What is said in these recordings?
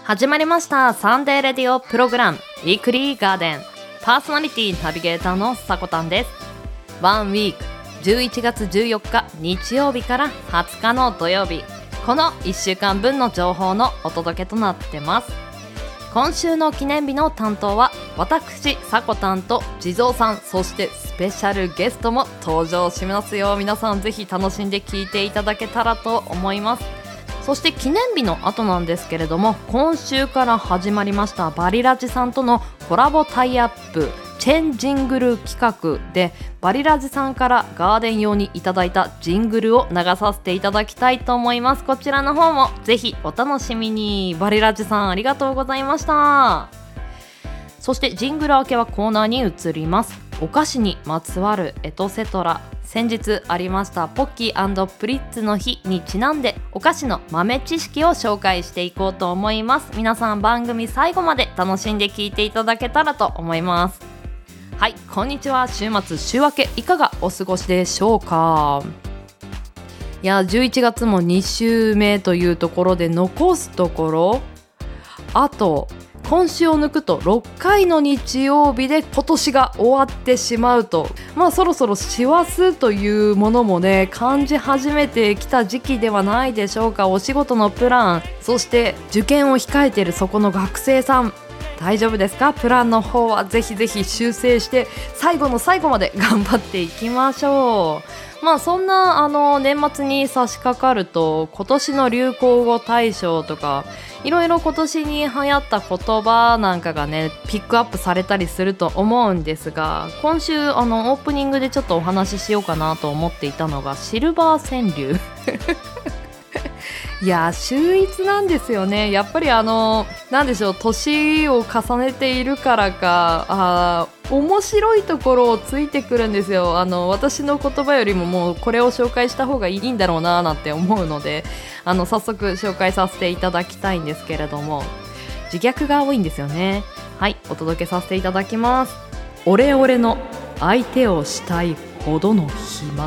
始まりましたサンデーレディオプログラムウィークリーガーデン、パーソナリティナビゲーターのさこたんです。ワンウィーク11月14日日曜日から20日の土曜日、この1週間分の情報のお届けとなってます。今週の記念日の担当は私さこたんと地蔵さん、そしてスペシャルゲストも登場しますよ。皆さんぜひ楽しんで聞いていただけたらと思います。そして記念日の後なんですけれども、今週から始まりましたバリラジさんとのコラボタイアップチェンジングル企画で、バリラジさんからガーデン用にいただいたジングルを流させていただきたいと思います。こちらの方もぜひお楽しみに。バリラジさんありがとうございました。そしてジングル明けはコーナーに移ります。お菓子にまつわるエトセトラ、先日ありましたポッキー&プリッツの日にちなんでお菓子の豆知識を紹介していこうと思います。皆さん番組最後まで楽しんで聞いていただけたらと思います。はい、こんにちは。週末週明けいかがお過ごしでしょうか。いや、11月も2週目というところで、残すところあと今週を抜くと6回の日曜日で今年が終わってしまうと、そろそろ師走というものもね感じ始めてきた時期ではないでしょうか。お仕事のプラン、そして受験を控えているそこの学生さん、大丈夫ですか？プランの方はぜひぜひ修正して最後の最後まで頑張っていきましょう。そんな年末に差し掛かると、今年の流行語大賞とかいろいろ今年に流行った言葉なんかがねピックアップされたりすると思うんですが、今週オープニングでちょっとお話ししようかなと思っていたのがシルバー川柳いや秀逸なんですよね。やっぱりなんでしょう、年を重ねているからか面白いところをついてくるんですよ。私の言葉よりももうこれを紹介した方がいいんだろうななんて思うので、早速紹介させていただきたいんですけれども、自虐が多いんですよね。はい、お届けさせていただきます。オレオレの相手をしたいほどの暇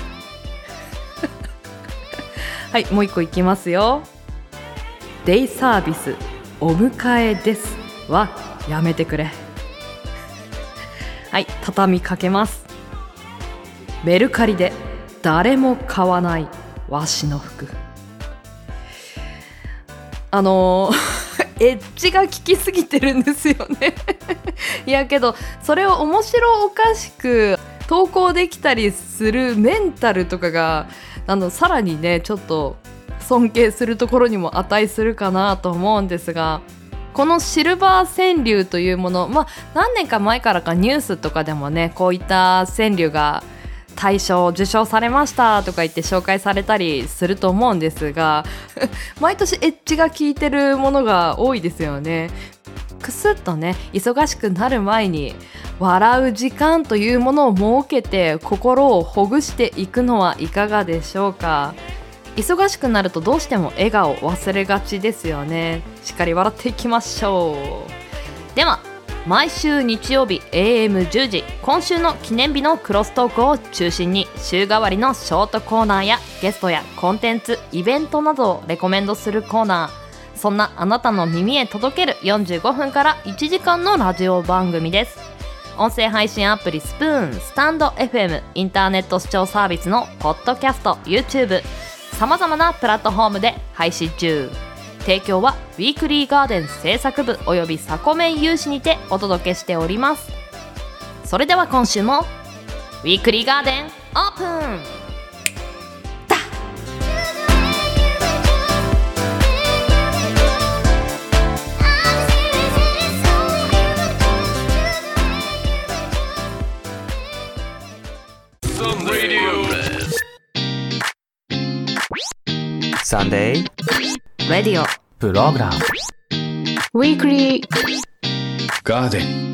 はい、もう一個いきますよ。デイサービスお迎えですはやめてくれはい、畳みかけます。メルカリで誰も買わないわしの服エッジが効きすぎてるんですよねいやけどそれを面白おかしく投稿できたりするメンタルとかがさらにねちょっと尊敬するところにも値するかなと思うんですが、このシルバー川柳というもの、何年か前からかニュースとかでもねこういった川柳が大賞を受賞されましたとか言って紹介されたりすると思うんですが毎年エッジが効いてるものが多いですよね。くすっとね忙しくなる前に笑う時間というものを設けて心をほぐしていくのはいかがでしょうか。忙しくなるとどうしても笑顔を忘れがちですよね。しっかり笑っていきましょう。では毎週日曜日 AM10 時、今週の記念日のクロストークを中心に週替わりのショートコーナーやゲストやコンテンツ、イベントなどをレコメンドするコーナー、そんなあなたの耳へ届ける45分から1時間のラジオ番組です。音声配信アプリスプーン、スタンド FM、インターネット視聴サービスのポッドキャスト、 YouTube、 さまざまなプラットフォームで配信中。提供はウィークリーガーデン制作部およびサコメン有志にてお届けしております。それでは今週もウィークリーガーデンオープンだ。 サンデーレディオプログラムウィークリーガーデン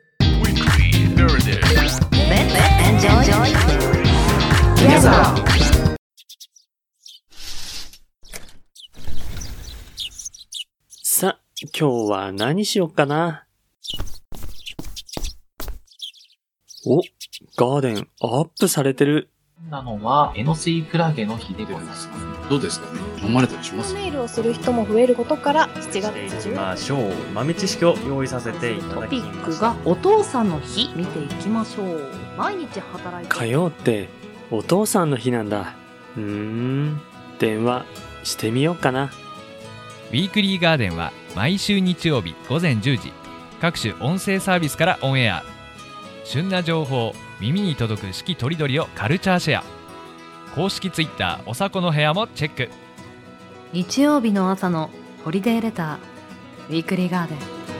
さ、今日は何しよっかな。お、ガーデンアップされてる。 なのは、エノスイクラゲの日でございます。 どうですかね、飲まれたりします？ メールをする人も増えることから7月していきましょう。豆知識を用意させていただきました。 トピックがお父さんの日見ていきましょう。毎日働いて火曜ってお父さんの日なんだ。電話してみようかな。 ウィークリーガーデンは毎週日曜日午前10時、各種音声サービスからオンエア。旬な情報、耳に届く四季とりどりをカルチャーシェア。公式ツイッターおさこの部屋もチェック。 日曜日の朝のホリデーレター、ウィークリーガーデン。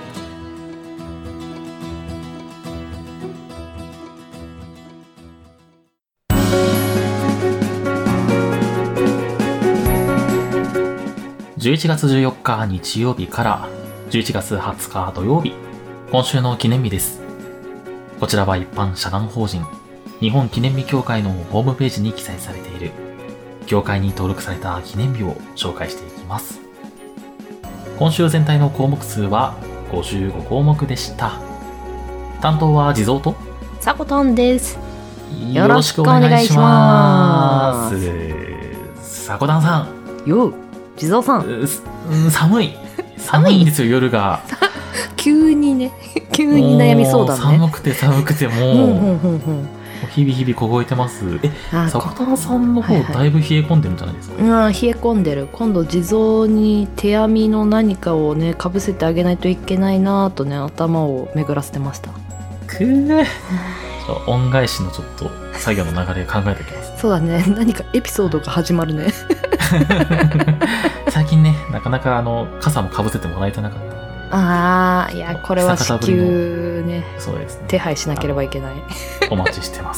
11月14日日曜日から11月20日土曜日、今週の記念日です。こちらは一般社団法人日本記念日協会のホームページに記載されている協会に登録された記念日を紹介していきます。今週全体の項目数は55項目でした。担当は地蔵とさこたんです。 よろしくお願いします。さこたんさん。 よ、地蔵さん。 寒いんですよ、夜が。 急に悩みそうだね。 寒くてもう日々凍えてます。さこたんさんの方、だいぶ冷え込んでるんじゃないですか？ 冷え込んでる。今度地蔵に手編みの何かをねかぶせてあげないといけないなぁとね、頭を巡らせてました。 恩返しのちょっと作業の流れ考えておきます。 そうだね、何かエピソードが始まるね。 最近ね、なかなか傘もかぶせてもらえてなかった。 いや、これは至急ね、 そうですね、 手配しなければいけない。 お待ちしてます。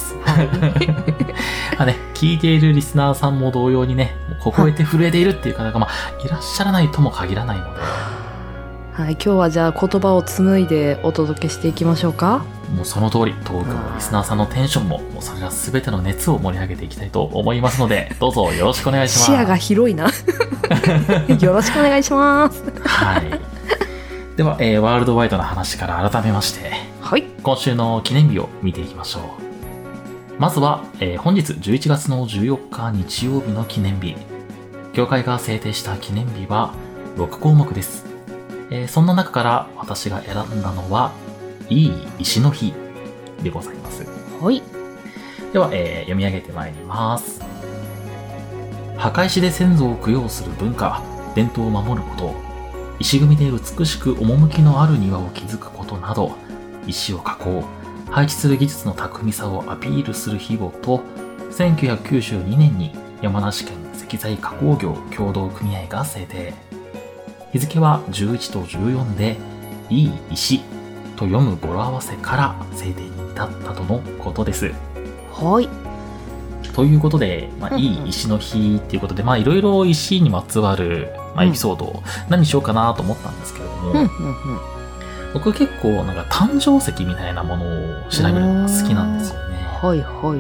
聞いているリスナーさんも同様にね、凍えて震えているっていう方が、いらっしゃらないとも限らないので、 はい、今日はじゃあ言葉を紡いでお届けしていきましょうか。 もうその通り、トークのリスナーさんのテンションも、もうそれが全ての熱を盛り上げていきたいと思いますので、どうぞよろしくお願いします。 視野が広いな。よろしくお願いします。 はい。では、ワールドワイドな話から改めまして、 はい、 今週の記念日を見ていきましょう。まずは、本日11月の14日日曜日の記念日。協会が制定した記念日は6項目です。そんな中から私が選んだのは、いい石の日でございます。 はい。 では、読み上げてまいります。墓石で先祖を供養する文化、伝統を守ること、石組みで美しく趣のある庭を築くことなど、石を加工、配置する技術の巧みさをアピールする日をと、1992年に山梨県石材加工業協同組合が制定。日付は11と14で、いい石と読む語呂合わせから制定に至ったとのことです。 はい。 ということで、いい石の日っていうことで、いろいろ石にまつわる、エピソードを何しようかなと思ったんですけれども、僕結構誕生石みたいなものを調べるのが好きなんですよね。 はい。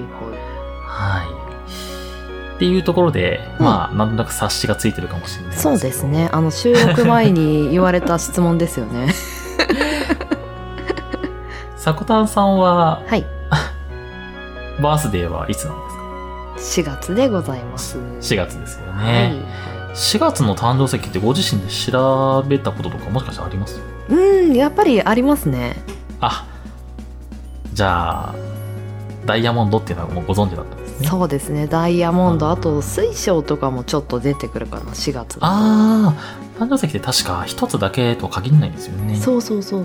っていうところで、なんとなく察しがついてるかもしれないですけど。 そうですね。収録前に言われた質問ですよね。 さこたんさんは、 はい。 バースデーはいつなんですか？ 4 月でございます。 4月ですよね。 はい。 4月の誕生石ってご自身で調べたこととかもしかしてあります？ やっぱりありますね。 じゃあダイヤモンドっていうのはもうご存知だったんですね。 そうですね、ダイヤモンド、あと水晶とかもちょっと出てくるかな、4月だと。 誕生石って確か一つだけとは限らないんですよね。 そう。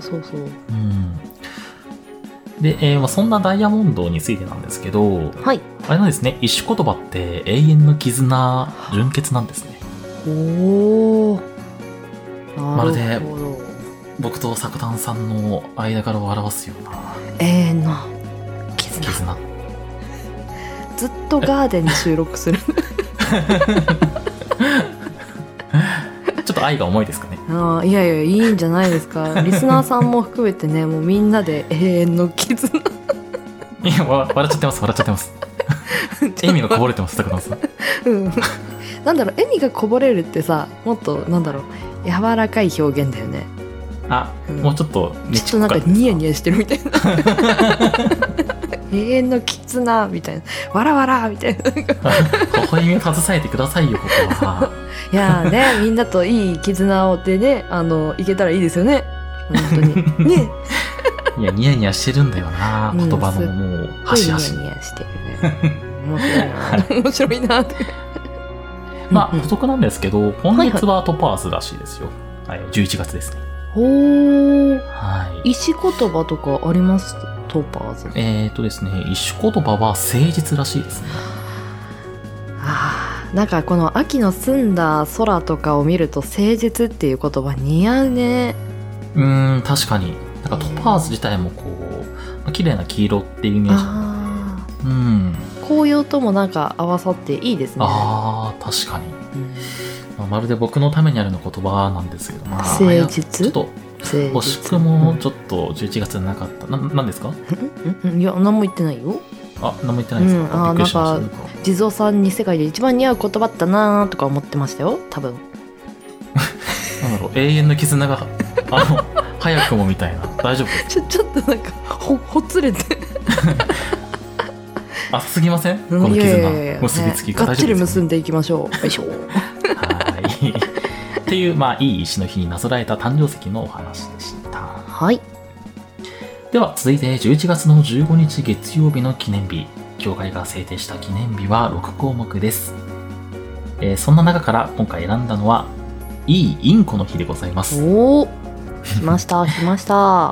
で、そんなダイヤモンドについてなんですけど、 はい。 あれなんですね、石言葉って永遠の絆、純潔なんですね。まるで僕とさこたんさんの間柄を表すような永遠の絆。ずっとガーデンに収録する。 ちょっと愛が重いですかね。 いやいいんじゃないですか。リスナーさんも含めてね、もうみんなで永遠の絆。 いや、笑っちゃってます。笑みがこぼれてます、さこたんさん。 笑みがこぼれるってさ、もっと柔らかい表現だよね。 もうちょっとちょっとニヤニヤしてるみたいな。 永遠の絆みたいな、わらわらみたいな。 微笑みを携えてくださいよ、ここは。 いやーね、みんなといい絆をでね、いけたらいいですよね。本当に。ね。 いや、ニヤニヤしてるんだよな、言葉のもう、端々に。 ニヤニヤしてるね。面白いな。面白いなって。 まあ、補足なんですけど、今月はトパーズらしいですよ。はい、11月ですね。 ほー。 はい。 石言葉とかありますトパーズ。 ですね、石言葉は誠実らしいですね。 なんかこの秋の澄んだ空とかを見ると誠実っていう言葉似合うね。 確かに。なんかトパーズ自体もこう、綺麗な黄色っていうイメージ。 紅葉ともなんか合わさっていいですね。 確かに。まるで僕のためにあるの言葉なんですけど、 誠実。 ちょっと惜しくもちょっと11月になかった。なんですか？ いや、何も言ってないよ。 何も言ってないですか？びっくりしました。 なんか地蔵さんに世界で一番似合う言葉だなとか思ってましたよ、多分。 なんだろう、永遠の絆が早くもみたいな。大丈夫ですか？ ちょっとなんかほつれて熱すぎません？この絆結びつきががっちり結んでいきましょう。よいしょ。 はい。っていう、いい石の日になぞらえた誕生石のお話でした。 はい。 では続いて11月の15日月曜日の記念日。教会が制定した記念日は6項目です。そんな中から今回選んだのは、いいインコの日でございます。 おー、来ました来ました。 はい。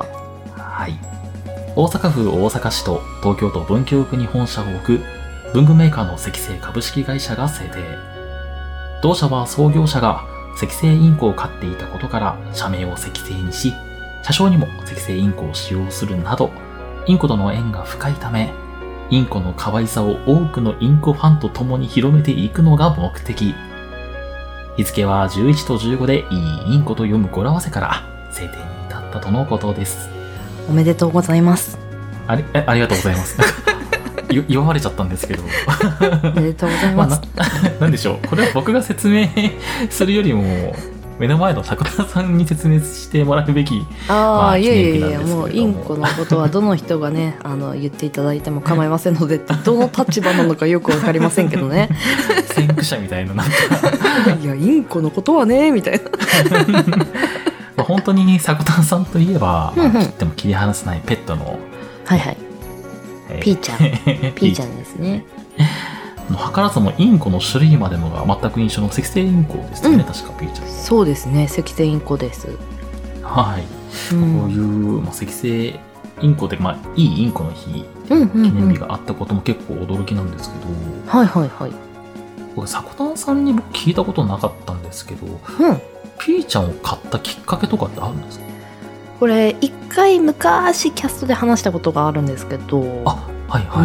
大阪府大阪市と東京都文京区に本社を置く文具メーカーの積成株式会社が制定。同社は創業者が積成インコを飼っていたことから社名を積成にし、社章にも積成インコを使用するなど、インコとの縁が深いため、インコの可愛さを多くのインコファンと共に広めていくのが目的。日付は11と15でいいインコと読む語呂合わせから制定に至ったとのことです。 おめでとうございます。 ありがとうございます。言われちゃったんですけど。 おめでとうございます。 なんでしょう。これは僕が説明するよりも、目の前の迫田さんに説明してもらうべき。いや、もうインコのことはどの人がね、言っていただいても構いませんので、どの立場なのかよくわかりませんけどね。 先駆者みたいな、なんか。 いや、インコのことはね、みたいな。 本当に迫田さんといえば、切っても切り離せないペットの。 はいはい。ピーちゃん。ピーちゃんですね。 図らずもインコの種類までもが全く一緒の積成インコですよね、確かピーちゃん。 そうですね、積成インコです。 はい。こういう、積成インコで、いいインコの日、記念日があったことも結構驚きなんですけど、 はいはいはい。 僕、迫田さんに僕聞いたことなかったんですけど、ピーちゃんを買ったきっかけとかってあるんですか？ これ、一回昔キャストで話したことがあるんですけど、 はいはい。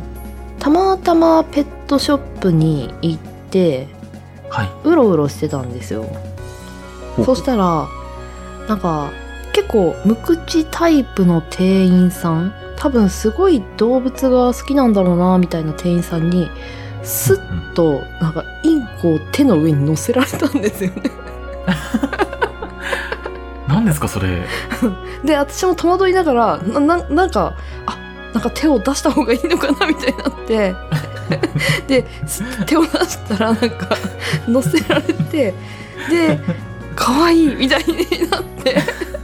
たまたまペットショップに行って、うろうろしてたんですよ。そしたらなんか結構無口タイプの店員さん、多分すごい動物が好きなんだろうなみたいな店員さんにスッとなんかインコを手の上に乗せられたんですよね。 何ですかそれ。 で、私も戸惑いながらなんか手を出した方がいいのかなみたいになってで手を出したらなんか乗せられて、で可愛いみたいになって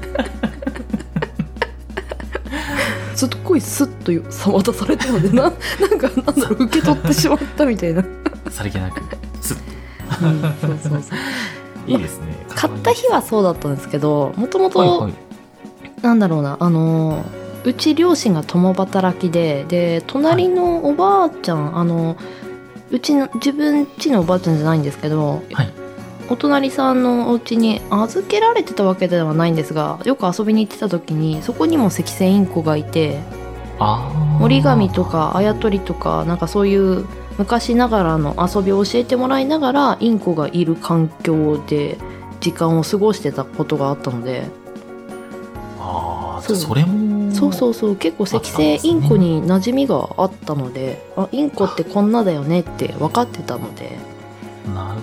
すっごいスッと渡されたのでなんだろう、受け取ってしまったみたいな。 さりげなくスッと、 そういいですね。 買った日はそうだったんですけど、もともとなんだろうな、うち両親が共働きで隣のおばあちゃん、自分家のおばあちゃんじゃないんですけど、お隣さんのお家に預けられてたわけではないんですが、よく遊びに行ってた時にそこにも積成インコがいて、折り紙とかあやとりとかなんかそういう昔ながらの遊びを教えてもらいながらインコがいる環境で時間を過ごしてたことがあったので、 それもそう結構積成インコに馴染みがあったので、インコってこんなだよねって分かってたので。 なる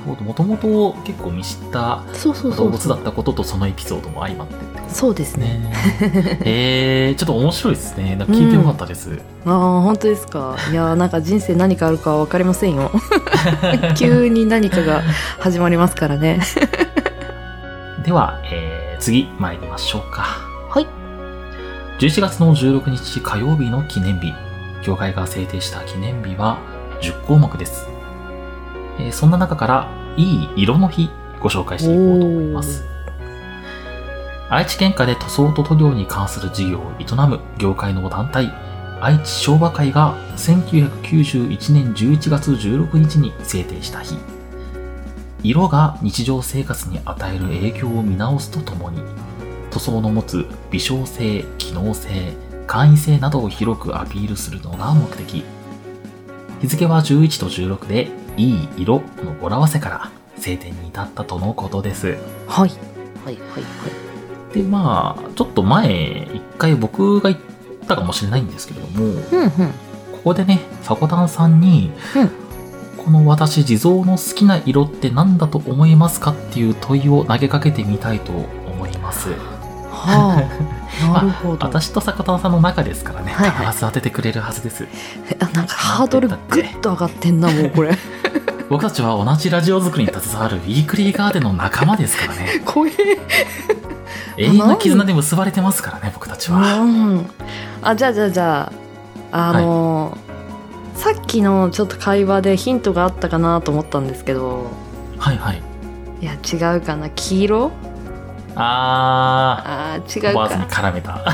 ほど。もともと結構見知ったそうそうそうそう。 動物だったこととそのエピソードも相まってってことそうですね。 ね。ちょっと面白いですね。なんか聞いてよかったです。 ああ、本当ですか。いやー、なんか人生何かあるか分かりませんよ。急に何かが始まりますからね。 では、次参りましょうか。 はい。 11月の16日火曜日の記念日。協会が制定した記念日は10項目です。そんな中から、いい色の日ご紹介していこうと思います。愛知県下で塗装と塗料に関する事業を営む業界の団体、愛知商和会が1991年11月16日に制定した日。色が日常生活に与える影響を見直すとともに、塗装の持つ微小性、機能性、簡易性などを広くアピールするのが目的。日付は11と16で、いい色の語呂合わせから制定に至ったとのことです。 はい。はいはいはい。 で、まあ、ちょっと前、一回僕が言ったかもしれないんですけれども、ここでね、さこたんさんに、この私、地蔵の好きな色って何だと思いますかっていう問いを投げかけてみたいと思います。 はあ、なるほど。 私とさこたんさんの中ですからね、 はいはい必ず当ててくれるはずです。 なんかハードルグッと上がってんな、もうこれ。 僕たちは同じラジオ作りに携わるウィークリーガーデンの仲間ですからね。 怖え。 永遠の絆で結ばれてますからね、僕たちは。 じゃあ、さっきのちょっと会話でヒントがあったかなと思ったんですけど。 はいはい。 いや、違うかな。黄色？違うか。 トパーズに絡めた。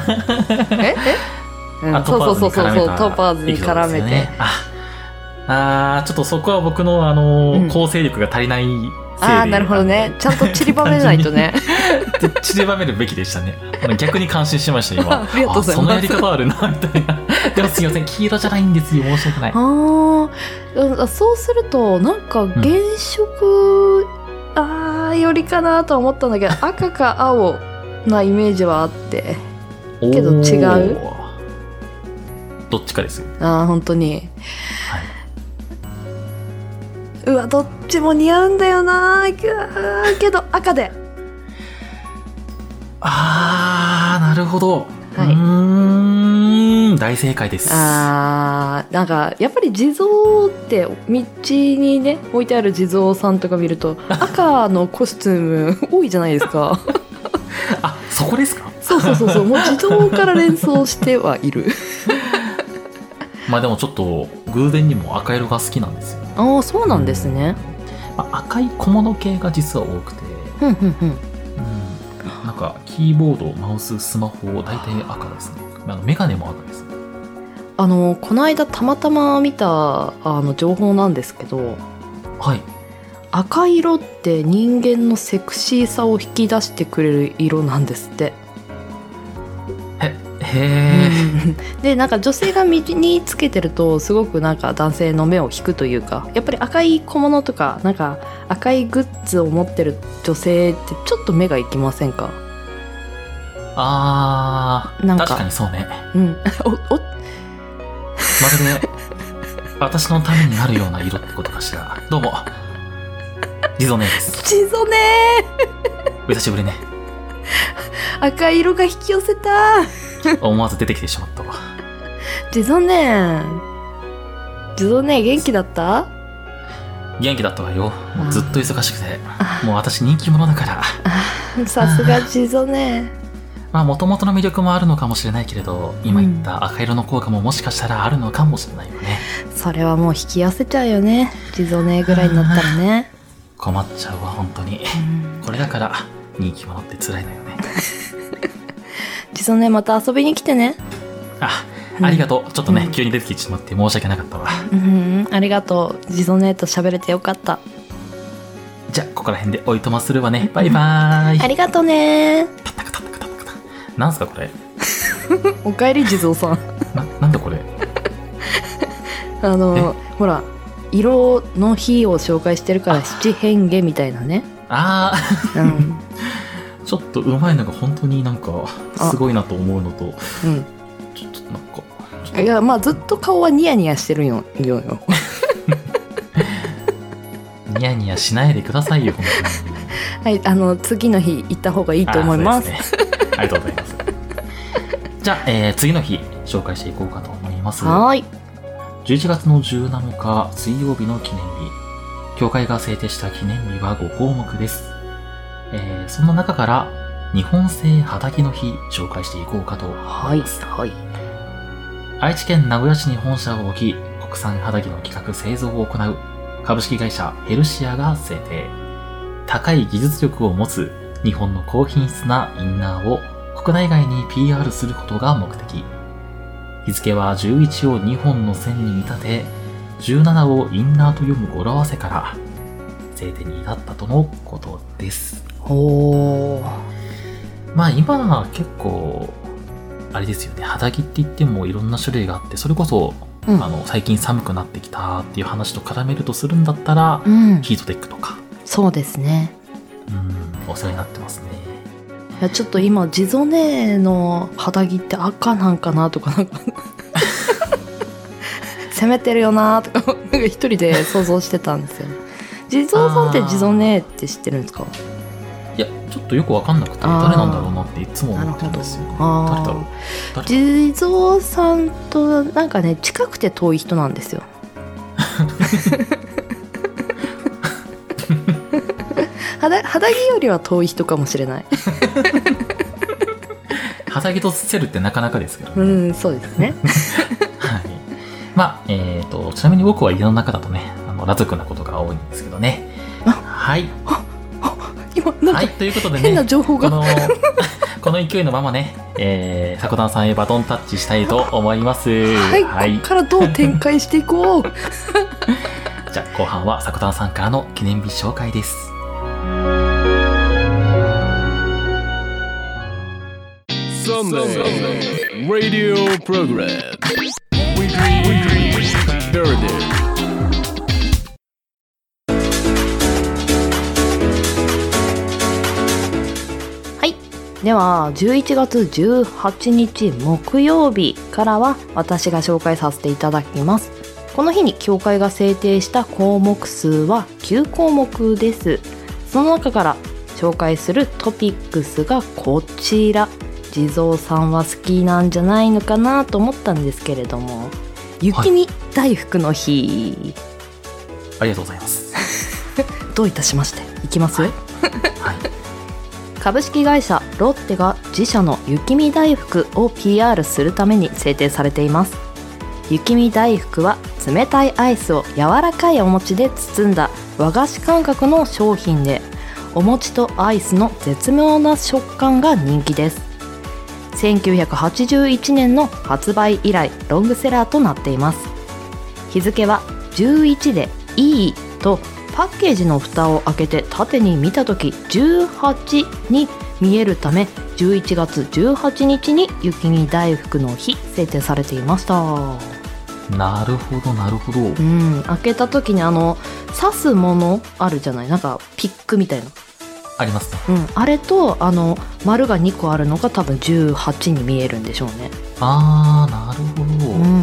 そう、トパーズに絡めて。 ちょっとそこは僕の構成力が足りないせいで。 なるほどね。ちゃんと散りばめないとね。 散りばめるべきでしたね。逆に感心しました、今。 ありがとうございます。 そのやり方あるな、みたいな。でもすいません、黄色じゃないんですよ。申し訳ない。 そうすると、なんか原色、よりかなとは思ったんだけど、赤か青なイメージはあって。けど違う？ どっちかですよ。 本当に。うわ、どっちも似合うんだよな。けど赤で。 なるほど。大正解です。なんかやっぱり地蔵って道にね置いてある地蔵さんとか見ると赤のコスチューム多いじゃないですか。 そこですか？ そう、もう地蔵から連想してはいる。 まあでもちょっと偶然にも赤色が好きなんですよ。 そうなんですね。 赤い小物系が実は多くて、なんかキーボード、マウス、スマホ大体赤ですね。メガネも赤です。 この間たまたま見た情報なんですけど、 はい。 赤色って人間のセクシーさを引き出してくれる色なんですって。で、なんか女性が身につけてるとすごくなんか男性の目を引くというか、やっぱり赤い小物とかなんか赤いグッズを持ってる女性ってちょっと目がいきませんか？ 確かにそうね。まるで私のためになるような色ってことかしら。どうも、地蔵姉です。 地蔵姉お久しぶりね。 赤い色が引き寄せた。 思わず出てきてしまったわ。 地蔵姉元気だった？ 元気だったわよ。もうずっと忙しくて、もう私人気者だから。 さすが地蔵姉。 元々の魅力もあるのかもしれないけれど、今言った赤色の効果ももしかしたらあるのかもしれないよね。 それはもう引き寄せちゃうよね、地蔵姉ぐらいになったらね。 困っちゃうわ、本当に。これだから人気者って辛いのよね。 地蔵姉また遊びに来てね。 ありがとう。ちょっとね、急に出てきてしまって申し訳なかったわ。 ありがとう。地蔵姉と喋れてよかった。 じゃあここら辺でおいとまするわね。バイバーイ。 ありがとうね。 なんすかこれ。 おかえり地蔵さん。 なんだこれ。 ほら色の日を紹介してるから七変化みたいなね。 ちょっとうまいのが本当になんかすごいなと思うのと、ちょっとなんかいやずっと顔はニヤニヤしてるよ。 ニニヤニヤしないでくださいよ、本当に。 はい、次の日行った方がいいと思います。 そうですね、ありがとうございます。じゃあ、次の日紹介していこうかと思います。 はい。 11月の17日水曜日の記念日。教会が制定した記念日は5項目です。その中から日本製肌着の日紹介していこうかと思います。 はい。 愛知県名古屋市に本社を置き、国産肌着の企画製造を行う株式会社ヘルシアが制定。高い技術力を持つ日本の高品質なインナーを国内外に PR することが目的。日付は11を2本の線に見立て、17をインナーと読む語呂合わせから制定に至ったとのことです。 おー。 まあ今結構あれですよね、肌着って言ってもいろんな種類があって、それこそ、最近寒くなってきたっていう話と絡めるとするんだったら、ヒートテックとか。 そうですね。 お世話になってますね。 いやちょっと今ジゾネの肌着って赤なんかなとかなんか攻めてるよなとかなんか一人で想像してたんですよ。地蔵さんってジゾネって知ってるんですか？ いやちょっとよくわかんなくて誰なんだろうなっていつも思ってるんですよね。誰だろう。 地蔵さんとなんかね近くて遠い人なんですよ。肌着よりは遠い人かもしれない。 肌着とセルってなかなかですけどね。 そうですね。 はい。まあちなみに僕は家の中だとね裸族なことが多いんですけどね。はい。 今なんか、 はい、ということでね、 変な情報がこの勢いのままね、さこたんさんへバトンタッチしたいと思います。 はい、はい、ここからどう展開していこう。 じゃあ後半はさこたんさんからの記念日紹介です。 Sunday Radio Program Weekly Garden。 では11月18日木曜日からは私が紹介させていただきます。この日に協会が制定した項目数は9項目です。その中から紹介するトピックスがこちら。地蔵さんは好きなんじゃないのかなと思ったんですけれども、雪見大福の日、 ありがとうございます。 どういたしまして。いきますよ。 はい。 株式会社ロッテが自社の雪見大福を PR するために制定されています。雪見大福は冷たいアイスを柔らかいお餅で包んだ和菓子感覚の商品で、お餅とアイスの絶妙な食感が人気です。1981年の発売以来ロングセラーとなっています。日付は11でいいとパッケージの蓋を開けて縦に見たとき18に見えるため、11月18日に雪見大福の日制定されていました。 なるほどなるほど。 開けた時に刺すものあるじゃない、なんかピックみたいなありますね。 あれと丸が2個あるのが多分18に見えるんでしょうね。 あー、なるほど。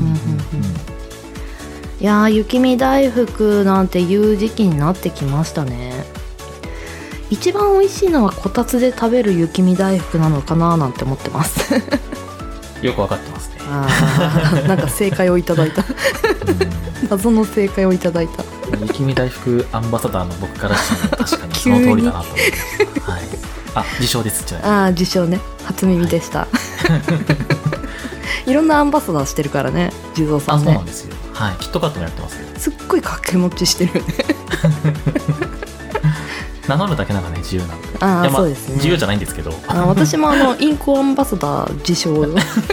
いやー、雪見大福なんていう時期になってきましたね。一番美味しいのはこたつで食べる雪見大福なのかななんて思ってます。 よくわかってますね。 なんか正解をいただいた。謎の正解をいただいた。 雪見大福アンバサダーの僕からしても確かにその通りだなと思います。はい。あ、自称です。 自称ね。初耳でした。いろんなアンバサダーしてるからね、地蔵さんね。 そうなんですよ。はい。キットカットもやってますよ。 すっごい掛け持ちしてるよね。 名乗るだけならね、自由なんで。 そうですね。 自由じゃないんですけど。 私もインコアンバサダー自称。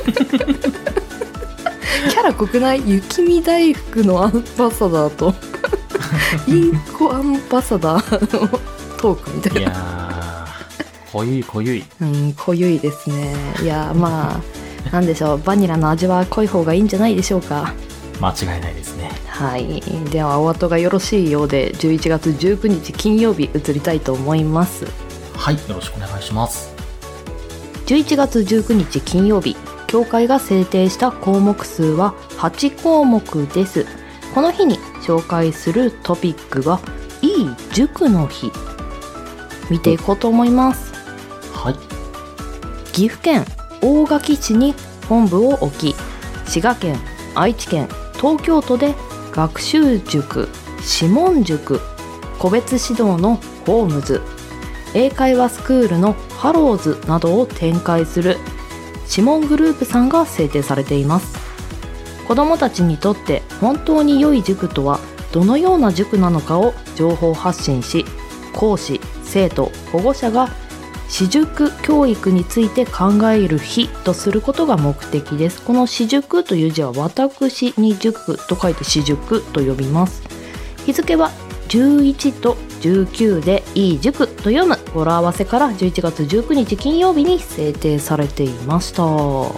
キャラ濃くない？雪見大福のアンバサダーとインコアンバサダーのトークみたいな。 いやー、濃ゆい濃ゆい。 濃ゆいですね。いやまあなんでしょう、バニラの味は濃い方がいいんじゃないでしょうか。 間違いないですね。 はい。ではお後がよろしいようで11月19日金曜日移りたいと思います。 はい、よろしくお願いします。 11月19日金曜日、協会が制定した項目数は8項目です。この日に紹介するトピックがいい塾の日見ていこうと思います。 はい。 岐阜県大垣市に本部を置き、滋賀県、愛知県、東京都で学習塾、諮問塾、個別指導のホームズ、英会話スクールのハローズなどを展開する諮問グループさんが制定されています。子どもたちにとって本当に良い塾とはどのような塾なのかを情報発信し、講師、生徒、保護者が私塾教育について考える日とすることが目的です。この私塾という字は私に塾と書いて私塾と呼びます。日付は11と19でいい塾と読む語呂合わせから11月19日金曜日に制定されていました。 はい、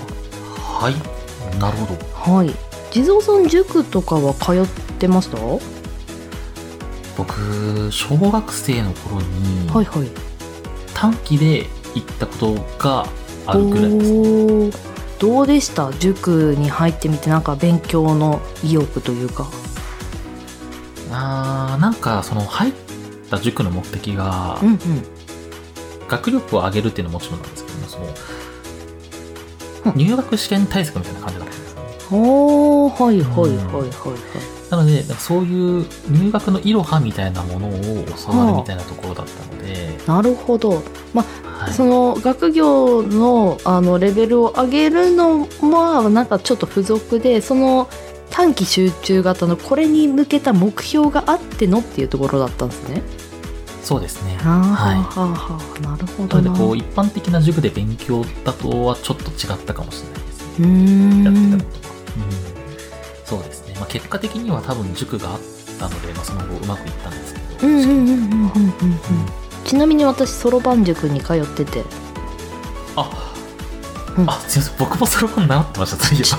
なるほど。 はい。地蔵さん塾とかは通ってました？ 僕、小学生の頃に、 はいはい。 短期で行ったことがあるぐらいですね。 どうでした？塾に入ってみて、なんか勉強の意欲というか。 なんかその入った塾の目的が、 うんうん、 学力を上げるっていうのはもちろんなんですけども、その入学試験対策みたいな感じだったんですよね。 おー、はいはいはいはいはい。 なので、そういう入学のいろはみたいなものを教わるみたいなところだったので。 なるほど。まあ、 はい、 その学業のレベルを上げるのはなんかちょっと付属で、その短期集中型のこれに向けた目標があってのっていうところだったんですね。 そうですね。 はい。なるほどな。 なのでこう一般的な塾で勉強だとはちょっと違ったかもしれないですね。やってたことは。そうですね。まあ、結果的には多分塾があったので、その後うまくいったんですけど。ちなみに私そろばん塾に通ってて。すいません、僕もそろばん習ってました。そうい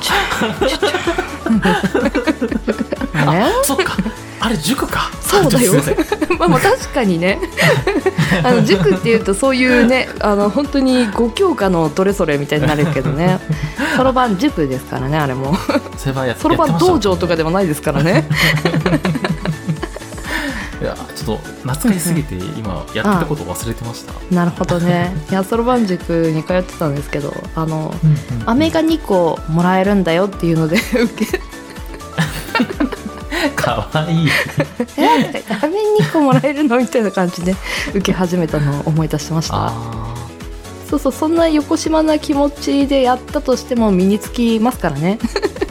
えば。そっか。あれ塾か。 そうだよ。まあ確かにね。塾っていうとそういうね、本当に5教科のどれそれみたいになるけどね。そろばん塾ですからね、あれも。そろばん道場とかでもないですからね。 いや、ちょっと懐かしすぎて今やってたこと忘れてました。 なるほどね。いや、そろばん塾に通ってたんですけど、飴が2個もらえるんだよっていうので受けかわいい。 飴2個もらえるのみたいな感じで受け始めたのを思い出しました。そうそう、そんな横島な気持ちでやったとしても身につきますからね。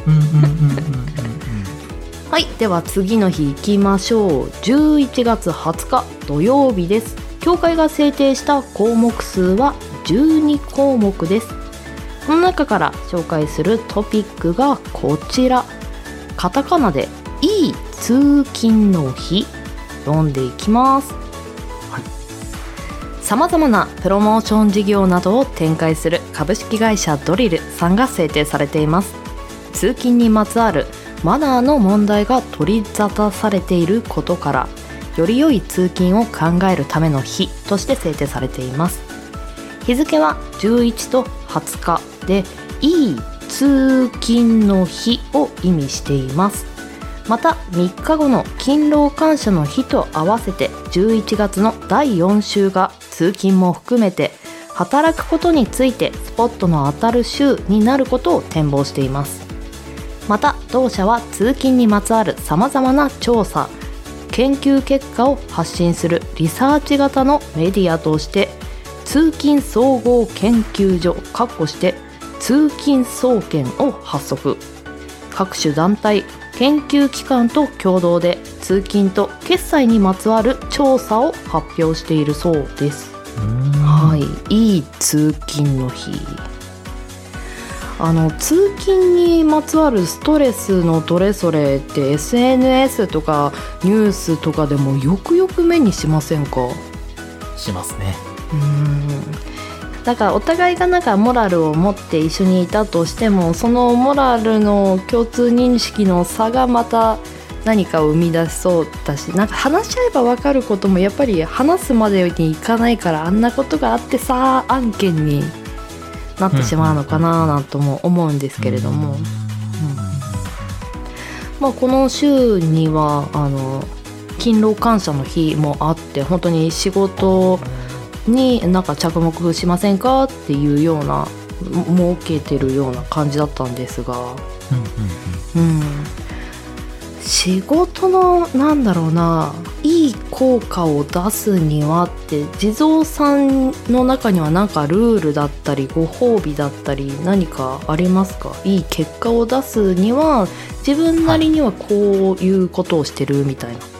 はい、では次の日行きましょう。11月20日土曜日です。協会が制定した項目数は12項目です。この中から紹介するトピックがこちら。カタカナでいい通勤の日、読んでいきます。さまざまなプロモーション事業などを展開する株式会社ドリルさんが制定されています。通勤にまつわるマナーの問題が取り沙汰されていることから、より良い通勤を考えるための日として制定されています。日付は11と20日で、いい通勤の日を意味しています。また3日後の勤労感謝の日と合わせて11月の第4週が通勤も含めて働くことについてスポットの当たる週になることを展望しています。また同社は通勤にまつわるさまざまな調査・研究結果を発信するリサーチ型のメディアとして通勤総合研究所通勤総研を発足。各種団体・研究機関と共同で通勤と決済にまつわる調査を発表しているそうです。はい、いい通勤の日。通勤にまつわるストレスのどれそれって SNS とかニュースとかでもよくよく目にしませんか？ しますね。 だからお互いがなんかモラルを持って一緒にいたとしても、そのモラルの共通認識の差がまた何かを生み出しそうだし、なんか話し合えば分かることもやっぱり話すまでにいかないから、あんなことがあってさ案件になってしまうのかななんとも思うんですけれども、まあ、この週には勤労感謝の日もあって、本当に仕事になんか着目しませんかっていうような設けてるような感じだったんですが、仕事のなんだろうな、いい効果を出すにはって地蔵さんの中にはなんかルールだったりご褒美だったり何かありますか？いい結果を出すには自分なりにはこういうことをしてるみたいな。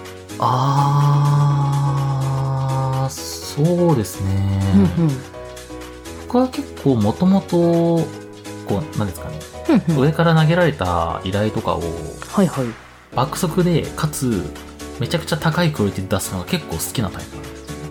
そうですね、僕は結構もともとこうなんですかね、上から投げられた依頼とかを爆速でかつめちゃくちゃ高いクオリティで出すのが結構好きなタイプなん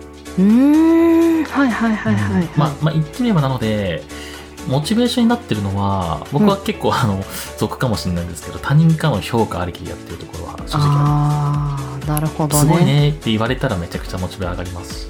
ですよね。言ってみればなのでモチベーションになってるのは僕は結構俗かもしれないんですけど、他人からの評価ありきでやってるところは正直ある。 なるほどね。 すごいねって言われたらめちゃくちゃモチベ上がりますし。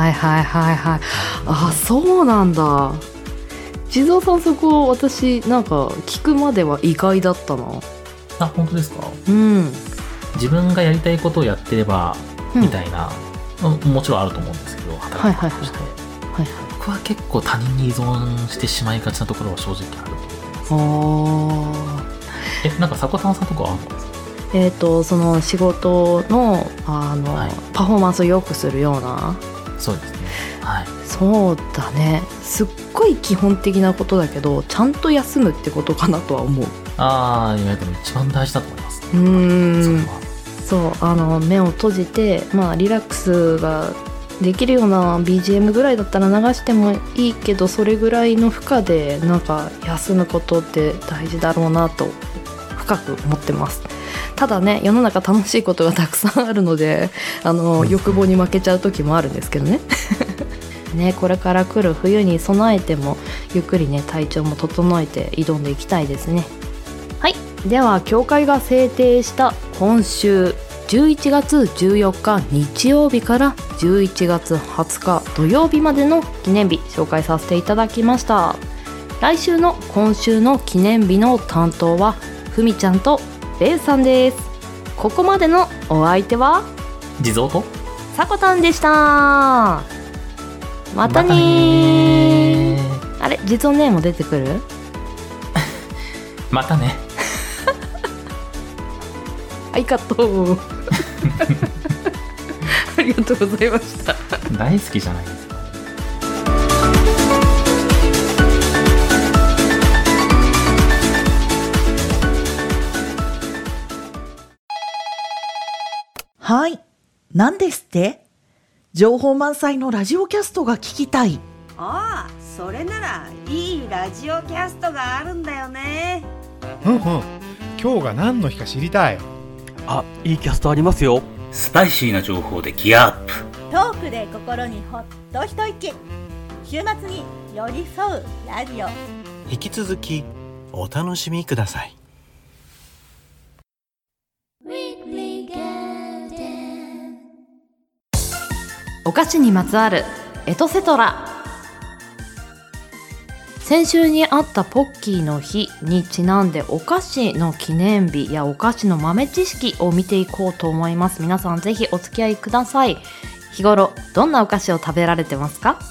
そうなんだ。地蔵さんそこ私なんか聞くまでは意外だったな。 本当ですか？自分がやりたいことをやってればみたいな、もちろんあると思うんですけど、働き方として、僕は結構他人に依存してしまいがちなところは正直あると思います。なんか迫田さんとかあるんですか？ その仕事のパフォーマンスを良くするような。 そうですね。 そうだね。すっごい基本的なことだけどちゃんと休むってことかなとは思う。 でも一番大事だと思います。 目を閉じて、リラックスができるような BGM ぐらいだったら流してもいいけど、それぐらいの負荷でなんか休むことって大事だろうなと深く思ってます。ただね、世の中楽しいことがたくさんあるので欲望に負けちゃう時もあるんですけどねね、これから来る冬に備えてもゆっくりね体調も整えて挑んでいきたいですね。はい、では協会が制定した今週11月14日日曜日から11月20日土曜日までの記念日紹介させていただきました。来週の今週の記念日の担当はふみちゃんとベイさんです。ここまでのお相手は地蔵とさこたんでした。またねあれ、地蔵ネーム出てくるまたねありがとうありがとうございました。 大好きじゃないですか。 はい。何ですって？情報満載のラジオキャストが聞きたい。 ああ、それならいいラジオキャストがあるんだよね。 今日が何の日か知りたい。 いいキャストありますよ。 スパイシーな情報でギアアップ。 トークで心にほっと一息。週末に寄り添うラジオ。 引き続きお楽しみください。 お菓子にまつわるエトセトラ。先週にあったポッキーの日にちなんでお菓子の記念日やお菓子の豆知識を見ていこうと思います。皆さんぜひお付き合いください。日頃どんなお菓子を食べられてますか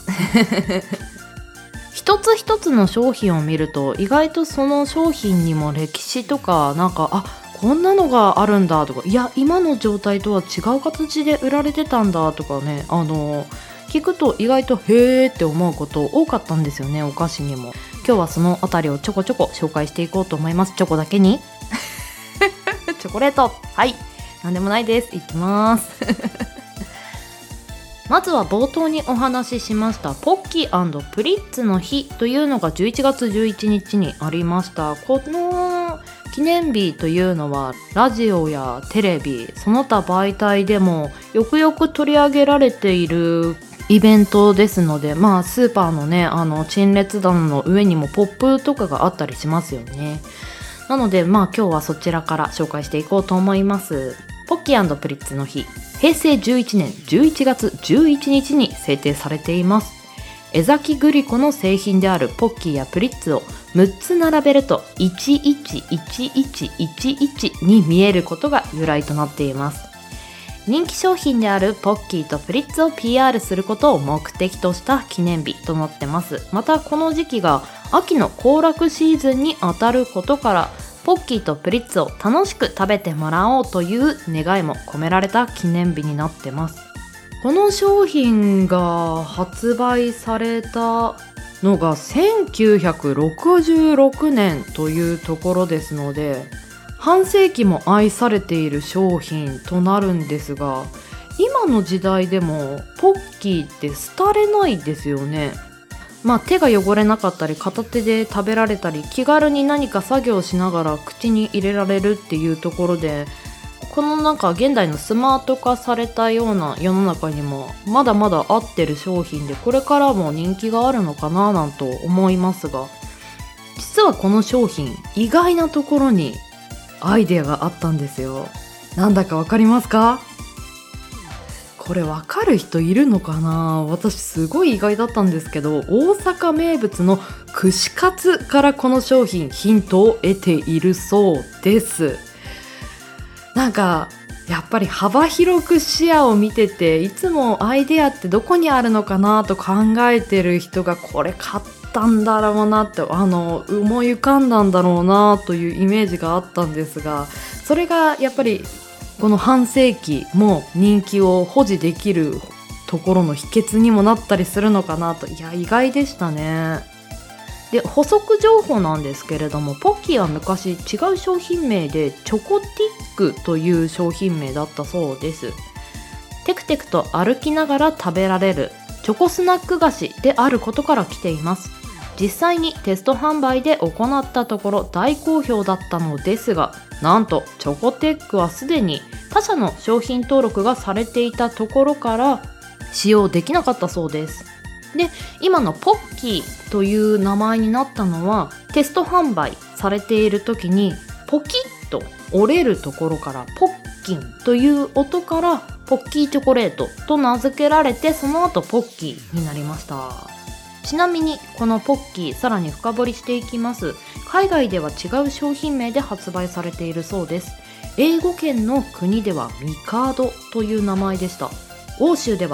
一つ一つの商品を見ると意外とその商品にも歴史とかなんかこんなのがあるんだとか、いや今の状態とは違う形で売られてたんだとかね、聞くと意外とへーって思うこと多かったんですよね。お菓子にも今日はそのあたりをちょこちょこ紹介していこうと思います。チョコだけにチョコレート、はいなんでもないです。いきますまずは冒頭にお話ししましたポッキー&プリッツの日というのが11月11日にありました。この記念日というのはラジオやテレビその他媒体でもよくよく取り上げられているイベントですので、スーパーのね陳列棚の上にもポップとかがあったりしますよね。なので今日はそちらから紹介していこうと思います。ポッキー&プリッツの日、平成11年11月11日に制定されています。江崎グリコの製品であるポッキーやプリッツを6つ並べると111111に見えることが由来となっています。 人気商品であるポッキーとプリッツを PR することを目的とした記念日となってます。またこの時期が秋の行楽シーズンに当たることから、ポッキーとプリッツを楽しく食べてもらおうという願いも込められた記念日になってます。この商品が発売されたのが1966年というところですので、半世紀も愛されている商品となるんですが、今の時代でもポッキーって廃れないですよね。手が汚れなかったり片手で食べられたり、気軽に何か作業しながら口に入れられるっていうところで、この現代のスマート化されたような世の中にもまだまだ合ってる商品で、これからも人気があるのかななんと思いますが、実はこの商品意外なところにアイデアがあったんですよ。なんだかわかりますか？これわかる人いるのかな？私すごい意外だったんですけど、大阪名物の串カツからこの商品ヒントを得ているそうです。やっぱり幅広く視野を見てて、いつもアイデアってどこにあるのかなと考えてる人が、これ買ったんだろうなって思い浮かんだんだろうなというイメージがあったんですが、それがやっぱりこの半世紀も人気を保持できるところの秘訣にもなったりするのかなと。意外でしたね。で、補足情報なんですけれども、ポッキーは昔違う商品名でチョコティックという商品名だったそうです。テクテクと歩きながら食べられるチョコスナック菓子であることから来ています。実際にテスト販売で行ったところ大好評だったのですが、なんとチョコテックはすでに他社の商品登録がされていたところから使用できなかったそうです。で、今のポッキーという名前になったのは、テスト販売されている時にポキッと折れるところからポッキンという音からポッキーチョコレートと名付けられて、その後ポッキーになりました。ちなみにこのポッキー、さらに深掘りしていきます。海外では違う商品名で発売されているそうです。英語圏の国ではミカドという名前でした。欧州では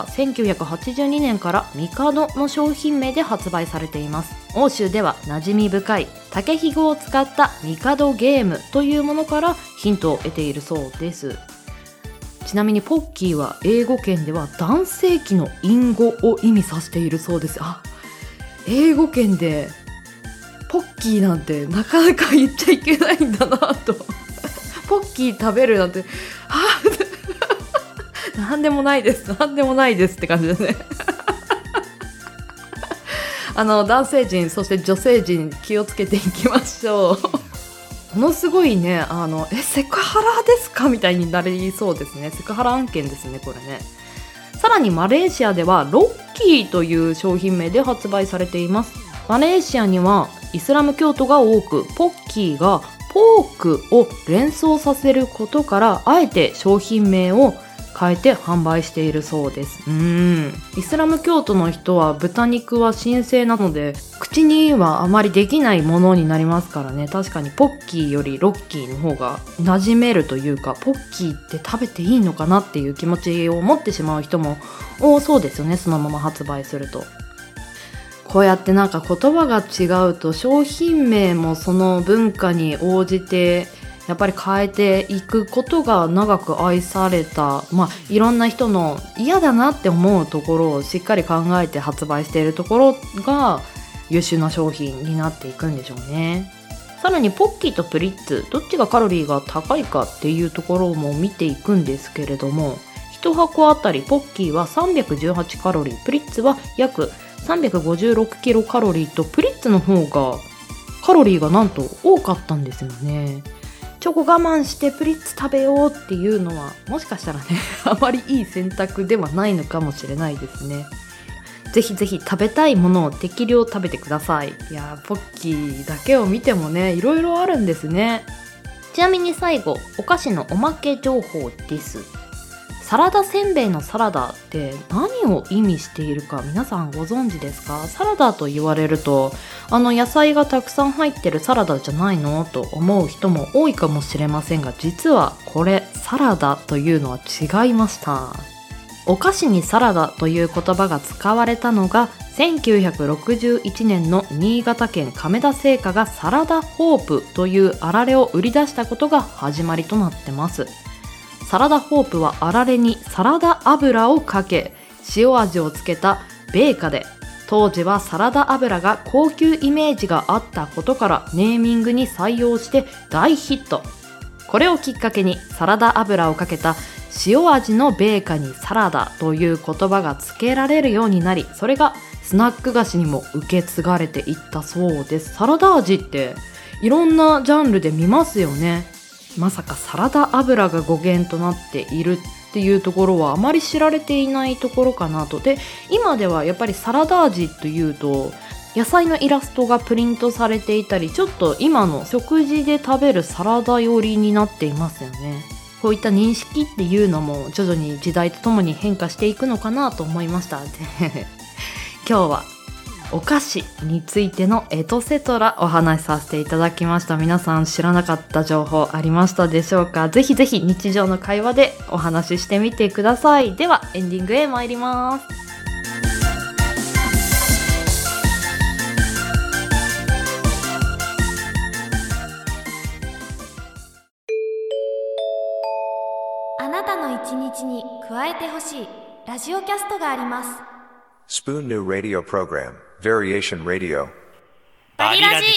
1982年からミカドの商品名で発売されています。欧州では馴染み深い竹ひごを使ったミカドゲームというものからヒントを得ているそうです。ちなみにポッキーは英語圏では男性器の隠語を意味させているそうです。英語圏でポッキーなんてなかなか言っちゃいけないんだなとポッキー食べるなんてなんでもないですって感じですね男性陣、そして女性陣気をつけていきましょうものすごいね、セクハラですかみたいになりそうですね。セクハラ案件ですね、これね。さらにマレーシアではロッキーという商品名で発売されています。マレーシアにはイスラム教徒が多く、ポッキーがポークを連想させることから、あえて商品名を変えて販売しているそうです。イスラム教徒の人は豚肉は神聖なので、口にはあまりできないものになりますからね。確かにポッキーよりロッキーの方が馴染めるというか、ポッキーって食べていいのかなっていう気持ちを持ってしまう人も多そうですよね、そのまま発売すると。こうやって言葉が違うと、商品名もその文化に応じてやっぱり変えていくことが長く愛された、いろんな人の嫌だなって思うところをしっかり考えて発売しているところが優秀な商品になっていくんでしょうね。さらにポッキーとプリッツ、どっちがカロリーが高いかっていうところも見ていくんですけれども、1箱あたりポッキーは318カロリー、プリッツは約356キロカロリーと、プリッツの方がカロリーがなんと多かったんですよね。チョコ我慢してプリッツ食べようっていうのは、もしかしたらねあまりいい選択ではないのかもしれないですね。ぜひぜひ食べたいものを適量食べてください。ポッキーだけを見てもね、いろいろあるんですね。ちなみに最後、お菓子のおまけ情報です。 サラダせんべいのサラダって何を意味しているか皆さんご存知ですか？サラダと言われると野菜がたくさん入ってるサラダじゃないのと思う人も多いかもしれませんが、実はこれサラダというのは違いました。お菓子にサラダという言葉が使われたのが1961年の新潟県亀田製菓がサラダホープというあられを売り出したことが始まりとなってます。サラダホープはあられにサラダ油をかけ塩味をつけた米菓で、当時はサラダ油が高級イメージがあったことからネーミングに採用して大ヒット。これをきっかけにサラダ油をかけた塩味の米菓にサラダという言葉が付けられるようになり、それがスナック菓子にも受け継がれていったそうです。サラダ味っていろんなジャンルで見ますよね。まさかサラダ油が語源となっているっていうところはあまり知られていないところかなと。で、今ではやっぱりサラダ味というと野菜のイラストがプリントされていたり、ちょっと今の食事で食べるサラダ寄りになっていますよね。こういった認識っていうのも徐々に時代とともに変化していくのかなと思いました。今日はお菓子についてのエトセトラお話しさせていただきました。皆さん知らなかった情報ありましたでしょうか？ぜひぜひ日常の会話でお話ししてみてください。ではエンディングへ参ります。 あなたの一日に加えてほしいラジオキャストがあります。 Spoon New Radio Program Variation Radio バリラジ。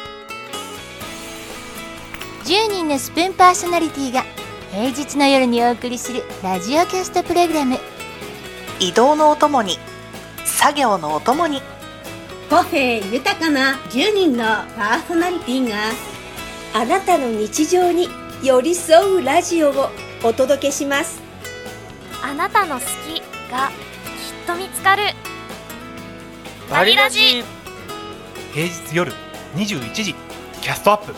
10人のスプーンパーソナリティが平日の夜にお送りするラジオキャストプログラム。 移動のお供に、作業のお供に、 個性豊かな10人のパーソナリティがあなたの日常に寄り添うラジオをお届けします。 あなたの好きがきっと見つかるバリラジ。 平日夜21時キャストアップ。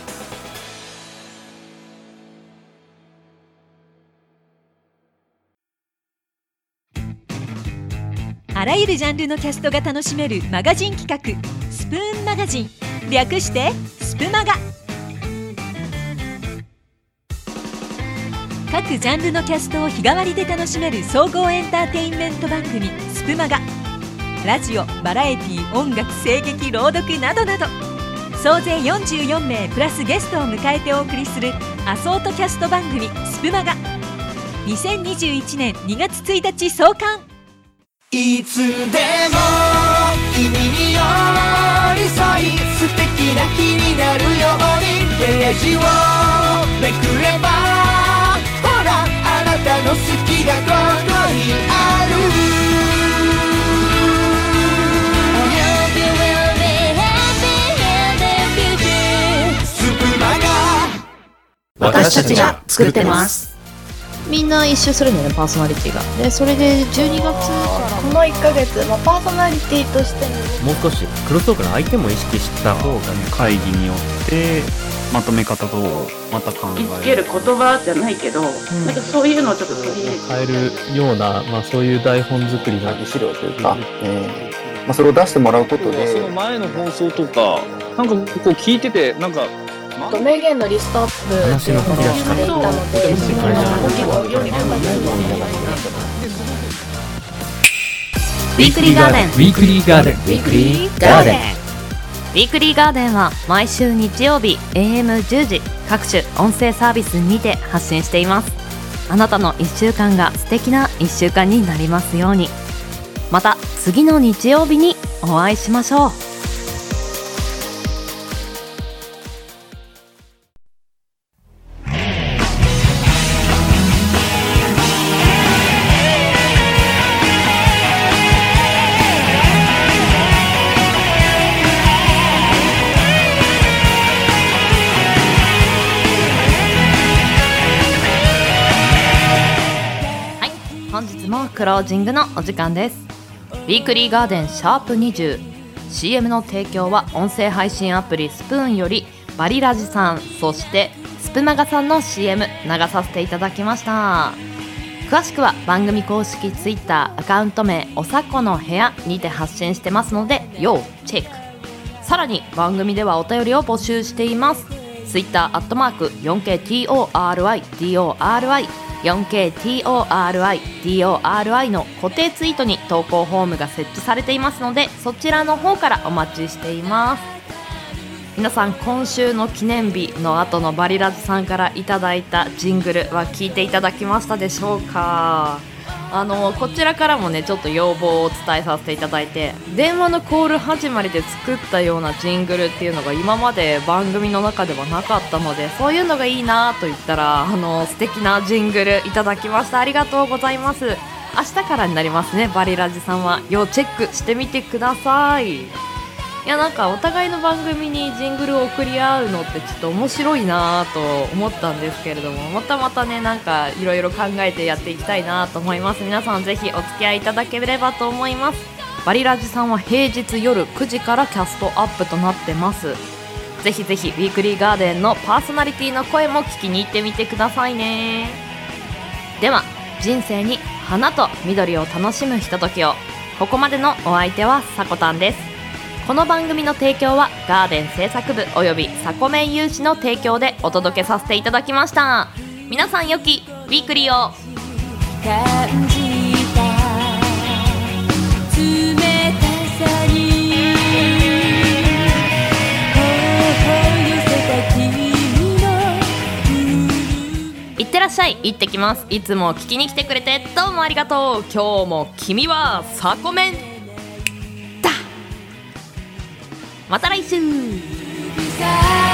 あらゆるジャンルのキャストが楽しめるマガジン企画スプーンマガジン、略してスプマガ。各ジャンルのキャストを日替わりで楽しめる総合エンターテインメント番組スプマガ。ラジオ、バラエティ、音楽、声劇、朗読などなど総勢44名プラスゲストを迎えてお送りするアソートキャスト番組スプマガ。2021年2月1日創刊。 いつでも君に寄り添い素敵な日になるようにページをめくればほらあなたの好きがここにある。 私たちが作ってます。みんな一周するんだよね、パーソナリティが。でそれで12月からこの1ヶ月、パーソナリティとしてもう少しクロストークの相手も意識した方がね、 会議によってまとめ方とまた考える、 つける言葉じゃないけど、なんかそういうのをちょっと取り入れて変えるような、そういう台本作りの資料というか、 それを出してもらうことで、 その前の放送とかなんかこう聞いててなんか名言のリストアップ話の振り出しからいたので、 ウィークリーガーデン、 ウィークリーガーデン、 ウィークリーガーデン。ウィークリーガーデンは毎週日曜日 AM10 時各種音声サービスにて発信しています。あなたの1週間が素敵な1週間になりますように。また次の日曜日にお会いしましょう。本日もクロージングのお時間です。ウィークリーガーデンシャープ20、 CM の提供は音声配信アプリスプーンよりバリラジさん、そしてスプマガさんの CM 流させていただきました。 詳しくは番組公式ツイッターアカウント名おさこの部屋にて発信してますので要チェック。さらに番組ではお便りを募集しています。ツイッター @4KTORIDORI 4KTORIDORI の固定ツイートに投稿フォームが設置されていますので、そちらの方からお待ちしています。皆さん、今週の記念日の後のバリラジさんからいただいたジングルは聞いていただきましたでしょうか。こちらからもねちょっと要望を伝えさせていただいて、電話のコール始まりで作ったようなジングルっていうのが今まで番組の中ではなかったので、そういうのがいいなと言ったら素敵なジングルいただきました。ありがとうございます。明日からになりますね。バリラジさんは要チェックしてみてください。いや、なんかお互いの番組にジングルを送り合うのってちょっと面白いなと思ったんですけれども、またねなんかいろいろ考えてやっていきたいなと思います。皆さんぜひお付き合いいただければと思います。バリラジさんは平日夜9時からキャストアップとなってます。ぜひぜひウィークリーガーデンのパーソナリティの声も聞きに行ってみてくださいね。では、人生に花と緑を楽しむひとときを。ここまでのお相手はさこたんです。この番組の提供はガーデン制作部およびサコメン有志の提供でお届けさせていただきました。皆さん良きウィークリーを。 感じた冷たさに頬寄せた君のいってらっしゃい。行ってきます。いつも聞きに来てくれてどうもありがとう。今日も君はサコメンだ。また来週。